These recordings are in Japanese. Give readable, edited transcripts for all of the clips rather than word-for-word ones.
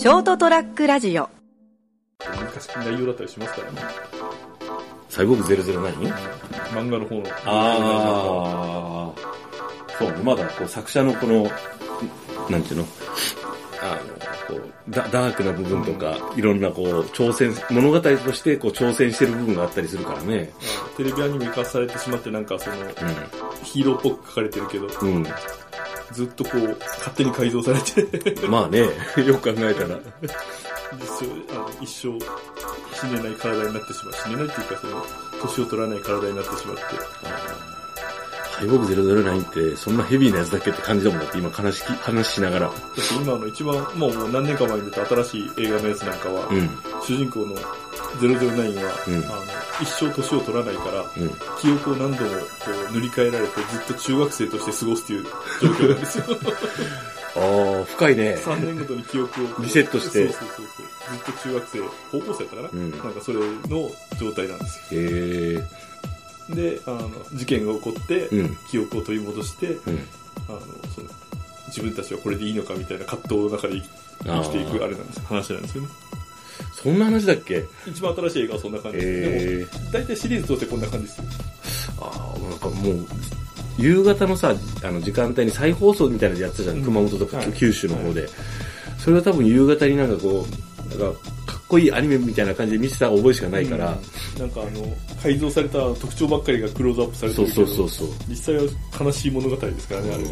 ショートトラックラジオ。 難しい内容だったりしますからね。 サイボーグ009？ 漫画の方の。 ああ、そう、まだこう作者のこの、なんていうの、こうダークな部分とか、いろんなこう挑戦、物語としてこう挑戦してる部分があったりするからね。 テレビアニメ化されてしまってなんかその、ヒーローっぽく書かれてるけど、ずっとこう勝手に改造されてまあね、よく考えたら一生死ねない体になってしまう。死ねないっていうかその年を取らない体になってしまって。 サイボーグ009ってそんなヘビーなやつだっけって感じだもんだって今話しながら。だって今の一番もう何年か前に出た新しい映画のやつなんかは、主人公の009は、一生年を取らないから、記憶を何度もこう塗り替えられてずっと中学生として過ごすという状況なんですよ。 ああ、深いね。 3年ごとに記憶をリセットして。 そう。ずっと中学生、高校生だったかな、なんかそれの状態なんですよ。 へー。 で、事件が起こって、記憶を取り戻して、その自分たちはこれでいいのかみたいな葛藤の中で生きていく話なんですよね。 そんな話だっけ？ 一番新しい映画はそんな感じです。でも、大体シリーズとしてこんな感じですよ。 なんかもう、夕方のさ、時間帯に再放送みたいなのやってたじゃん。熊本とか九州の方で。それは多分夕方になんかこう、なんか、かっこいいアニメみたいな感じで見せた覚えしかないから。 なんか改造された特徴ばっかりがクローズアップされてるけど、そう。実際は悲しい物語ですからね、あれ。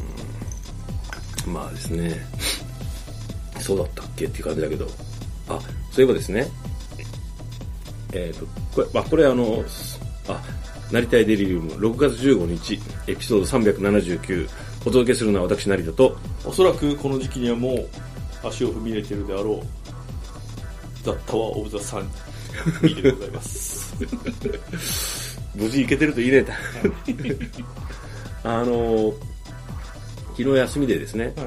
まあですね。そうだったっけっていう感じだけど。そういえばですね。これ成田デリリウム6月15日エピソード379お届けするのは私成田と、 おそらくこの時期にはもう足を踏み入れているであろうザ・タワー・オブ・ザ・サン2でございます。 無事行けてるといいね。昨日休みでですね、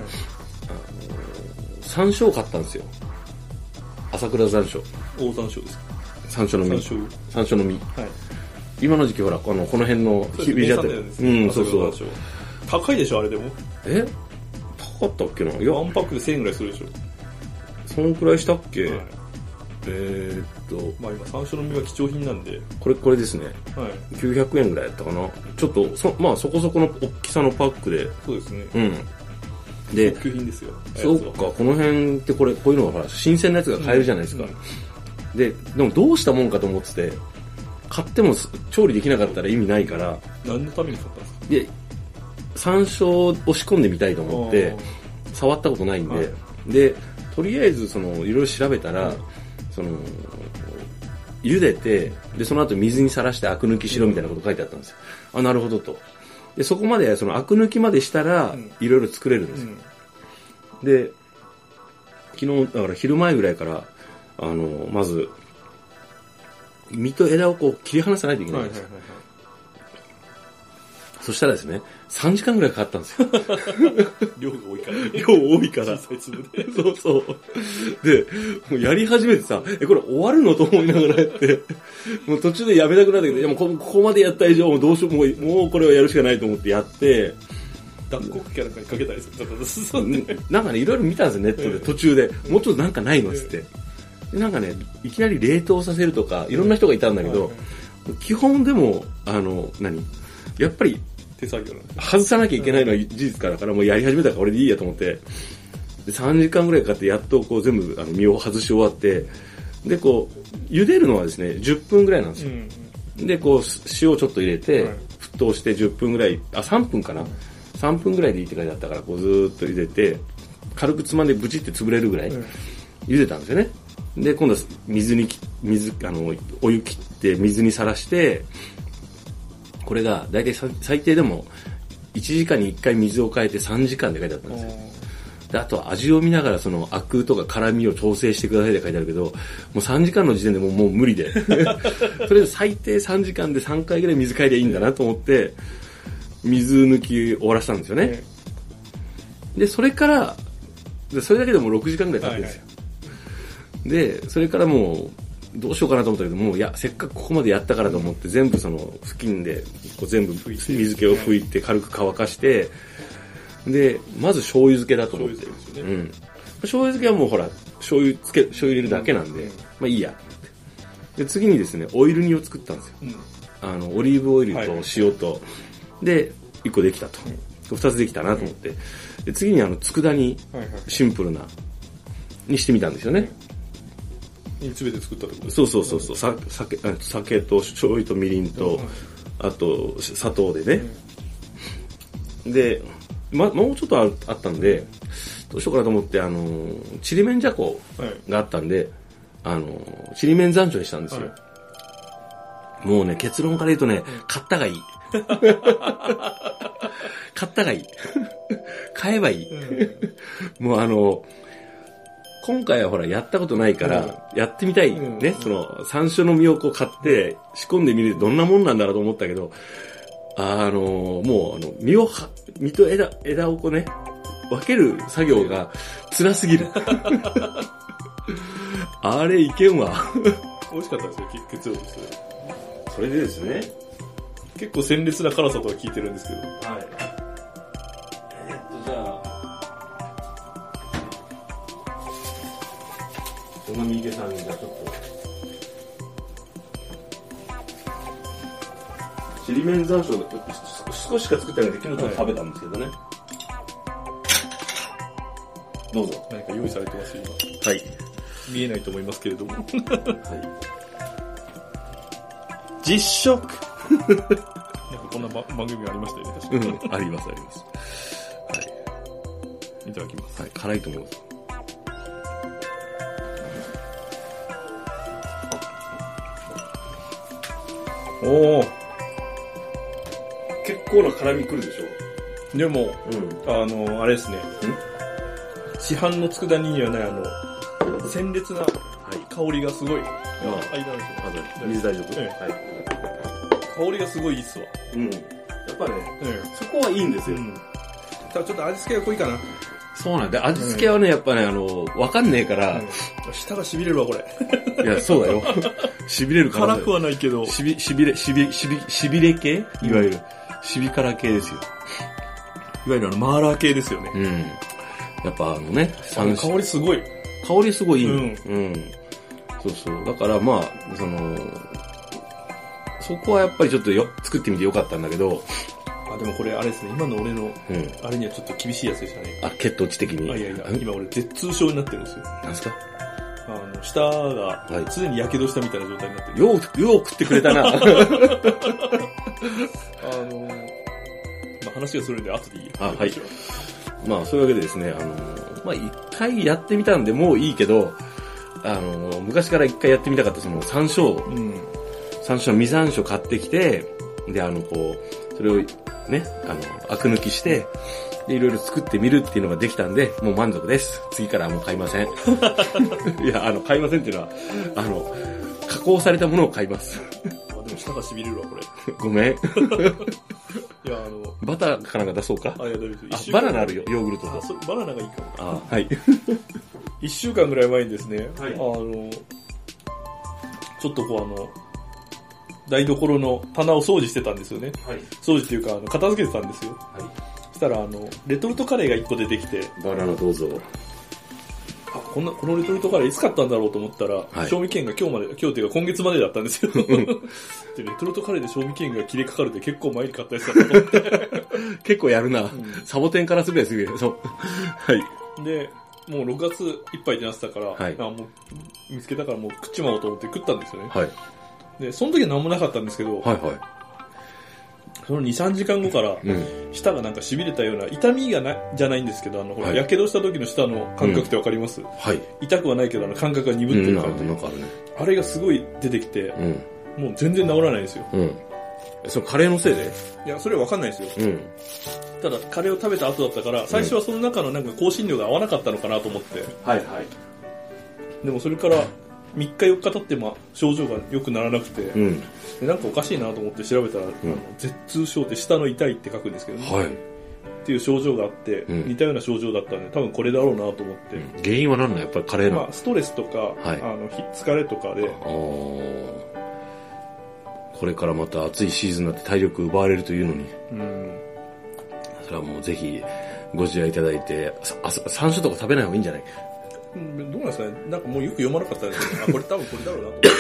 山椒を買ったんですよ。朝倉山椒。 大山椒ですか？ 山椒の実。山椒の実。今の時期ほら、この辺の日々じゃってる。 そう。 高いでしょ、あれでも。 高かったっけな。いや、 ワンパックで1000円ぐらいするでしょ。 そのくらいしたっけ？ まあ今山椒の実は貴重品なんで。 これですね。900円ぐらいやったかな。ちょっと、まあそこそこの大きさのパックで。 そうですね。 で、 高級品ですよ。 そうか、この辺ってこういうのがほら、新鮮なやつが買えるじゃないですか。でもどうしたもんかと思ってて、買っても調理できなかったら意味ないから。 何のために買ったんですか？ で、山椒を仕込んでみたいと思って、触ったことないんで、で、とりあえずいろいろ調べたら、茹でて、で、その後水にさらしてアク抜きしろみたいなこと書いてあったんですよ。なるほどと。で、そこまで、アク抜きまでしたら、いろいろ作れるんですよ。で、昨日、だから昼前ぐらいから、まず、実と枝をこう切り離さないといけないんですよ。そしたらですね、3時間ぐらいかかったんですよ。 量が多いからね。 量多いから。 小さい粒で。 そう。で、もうやり始めてさ、これ終わるのと思いながらやって、もう途中でやめたくなったけど、いやもうここまでやった以上、もうどうしようもうこれはやるしかないと思ってやって、 脱穀機なんかにかけたりする。 なんかね、いろいろ見たんですよ、ネットで、途中で。もうちょっとなんかないのっつって。でなんかね、いきなり冷凍させるとか、いろんな人がいたんだけど、基本でも、やっぱり、 手作業なんで外さなきゃいけないのは事実からもうやり始めたから俺でいいやと思って、で3時間ぐらいかかってやっとこう全部身を外し終わって、でこう、茹でるのはですね、10分ぐらいなんですよ。で、こう、塩をちょっと入れて、沸騰して10分ぐらい、3分かな。3分ぐらいでいいって書いてあったから、こうずーっと茹でて、軽くつまんでブチって潰れるぐらい茹でたんですよね。で、今度はお湯切って水にさらして、これが大体最低でも1時間に1回水を変えて3時間で書いてあったんですよ。で、あとは味を見ながらそのアクとか辛みを調整してくださいって書いてあるけど、もう3時間の時点でもう無理で。とりあえず最低3時間で3回ぐらい水変えりゃいいんだなと思って、水抜き終わらせたんですよね。で、それだけでも6時間ぐらい経ってるんですよ。で、それからもう、どうしようかなと思ったけど、もうせっかくここまでやったからと思って、全部その、付近で、こう全部水気を拭いて軽く乾かして、で、まず醤油漬けだと思って。 醤油漬けはもうほら、醤油入れるだけなんで、まあいいや。で、次にですね、オイル煮を作ったんですよ。オリーブオイルと塩と、で、1個できたと。2つできたなと思って。で、次に佃煮、シンプルな、にしてみたんですよね。 すべて作ったってことですか？ そう。酒と醤油とみりんと、あと砂糖でね。で、もうちょっとあったんで、どうしようかなと思って、ちりめんじゃこがあったんで、ちりめん山椒にしたんですよ。もうね、結論から言うとね、買ったがいい。買ったがいい。買えばいい。もう今回はほら、やったことないから、やってみたい。ね、山椒の実をこう買って、仕込んでみるとどんなもんなんだろうと思ったけど、もう実と枝をこうね、分ける作業が辛すぎる。あれいけんわ。 美味しかったですよ、結論です。 それでですね、 結構鮮烈な辛さとは聞いてるんですけど。 はい。じゃあ、おなみ池さんにじゃあちょっと、ちりめん山椒少ししか作ってないんで昨日ちょっと食べたんですけどね。どうぞ。 何か用意されてますよ、今。 はい。 見えないと思いますけれども。はい。 実食なんかこんな番組ありましたよね、確かに。 あります。はい。 いただきます。 はい、辛いと思います。 おー。 結構な辛みくるでしょ。 でも、あれですね。市販の佃煮にはない鮮烈な香りがすごい。 水大丈夫？ はい。香りがすごいいいっすわ。やっぱね、そこはいいんですよ。 ただちょっと味付けが濃いかな。 そうなんだ。味付けはね、やっぱね、わかんねえから。 舌が痺れるわ、これ。 いや、そうだよ。痺れるから。 辛くはないけど。 痺れ系いわゆる。痺辛系ですよ。 いわゆるマーラー系ですよね。 やっぱね、 香りすごい。 香りすごいいい。そう。だからまあ、そこはやっぱりちょっと作ってみてよかったんだけど。 でもこれあれですね、今の俺の、あれにはちょっと厳しいやつでしたね。 血糖値的に。 いや、今俺絶痛症になってるんですよ。 なんすか？ 舌が常に火傷したみたいな状態になってる。 よう食ってくれたな。 話がするんで後でいいよ。 はい。まあそういうわけでですね、一回やってみたんでもういいけど、昔から一回やってみたかったその山椒の実山椒買ってきて、で、それをね、アク抜きして、で、いろいろ作ってみるっていうのができたんで、もう満足です。次からはもう買いません。いや、買いませんっていうのは、加工されたものを買います。 でも舌が痺れるわ、これ。 ごめん。 いや、 バターかなんか出そうか？ いや、大丈夫です。 バナナあるよ、ヨーグルトと。 バナナがいいかも。 はい。 1週間ぐらい前にですね、 はい、 ちょっと台所の棚を掃除してたんですよね。 はい、 掃除っていうか、片付けてたんですよ。 はい、 そしたら、レトルトカレーが1個出てきて。 バナナどうぞ。 このレトルトカレーいつ買ったんだろうと思ったら、賞味期限が今日っていうか今月までだったんですよ。で、レトルトカレーで賞味期限が切れかかるって結構前に買ったやつだなと思って。 結構やるな。サボテンからするやつ言うそう。はい。 で、もう6月いっぱいってなってたから、もう見つけたからもう食っちまおうと思って食ったんですよね。 はい。 で、その時は何もなかったんですけど、その2、3時間後から、舌がなんか痺れたような、痛みがじゃないんですけど、やけどした時の舌の感覚ってわかります？痛くはないけど、感覚が鈍ってる感じ。あれがすごい出てきて、もう全然治らないんですよ。 そのカレーのせいで？ いや、それはわかんないですよ。ただ、カレーを食べた後だったから、最初はその中のなんか香辛料が合わなかったのかなと思って。でもそれから、3日4日経っても症状が良くならなくて、でなんかおかしいなと思って調べたら、舌痛症って舌の痛いって書くんですけどね、っていう症状があって、似たような症状だったんで多分これだろうなと思って、 原因は何だやっぱりカレーの、 ストレスとか、疲れとかで、 これからまた暑いシーズンになって体力奪われるというのに、それはもうぜひご自愛いただいて、山椒とか食べない方がいいんじゃないか。 どうなんですかね、なんかもうよく読まなかったですけど、これ多分これだろうなと思って。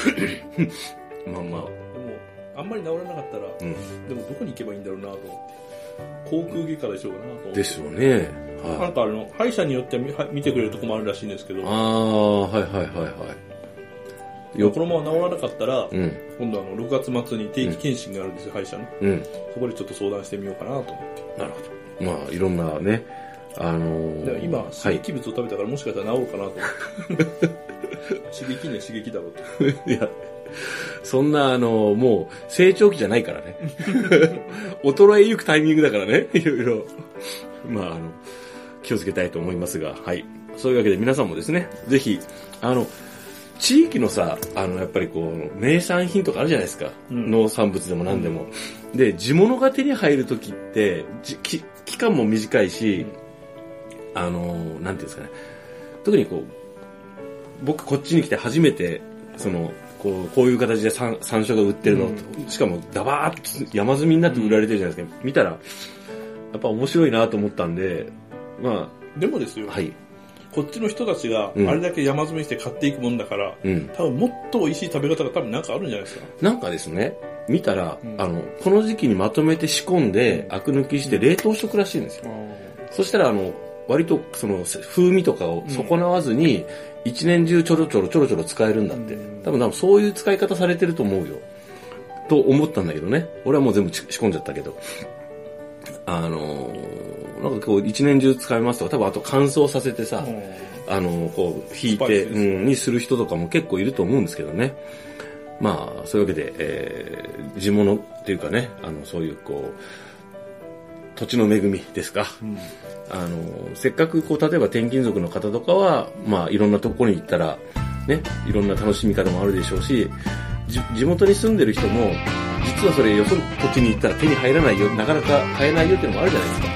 まあまあ。 でも、あんまり治らなかったら、でもどこに行けばいいんだろうなと思って。口腔外科でしょうかなと思って。 ですよね。 なんか歯医者によって見てくれるとこもあるらしいんですけど。 はいはいはいはい。 このまま治らなかったら、今度6月末に定期検診があるんですよ、歯医者の。そこでちょっと相談してみようかなと思って。 なるほど。まあ、いろんなね、 だから今、刺激物を食べたからもしかしたら治るかなと思って。刺激には刺激だろうと。 いや、そんなもう成長期じゃないからね。衰えゆくタイミングだからね、いろいろ。まあ、気をつけたいと思いますが、はい。そういうわけで皆さんもですね、ぜひ、地域のさ、やっぱりこう、名産品とかあるじゃないですか。農産物でも何でも。で、地物が手に入るときって、期間も短いし、なんていうんですかね。特にこう、僕こっちに来て初めて、こういう形で山椒が売ってるの、しかもダバーッと山積みになって売られてるじゃないですか。見たら、やっぱ面白いなと思ったんで、まあ。 でもですよ。 はい。 こっちの人たちがあれだけ山積みして買っていくもんだから、多分もっと美味しい食べ方が多分なんかあるんじゃないですか。 なんかですね、見たら、この時期にまとめて仕込んで、アク抜きして冷凍しとくらしいんですよ。そしたら割と風味とかを損なわずに、一年中ちょろちょろ使えるんだって。多分そういう使い方されてると思うよ。と思ったんだけどね。俺はもう全部仕込んじゃったけど。なんかこう一年中使いますとか、多分あと乾燥させてさ、こう引いて、にする人とかも結構いると思うんですけどね。まあ、そういうわけで、地物っていうかね、そういうこう、土地の恵みですか。せっかくこう、例えば転勤族の方とかは、まあいろんなところに行ったら、ね、いろんな楽しみ方もあるでしょうし、地元に住んでる人も、実はそれよその土地に行ったら手に入らないよ、なかなか買えないよっていうのもあるじゃないですか。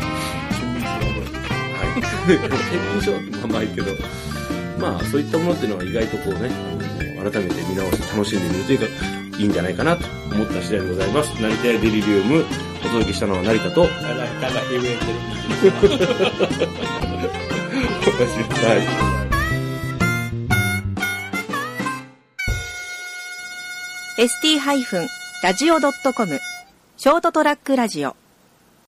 天秤症ってまあいいけど、まあそういったものっていうのは意外とこうね、改めて見直して楽しんでみるというか、いいんじゃないかなと思った次第でございます。成田屋デリリウム、お届けしたのは成田と、 ST-radio.com ショートトラックラジオ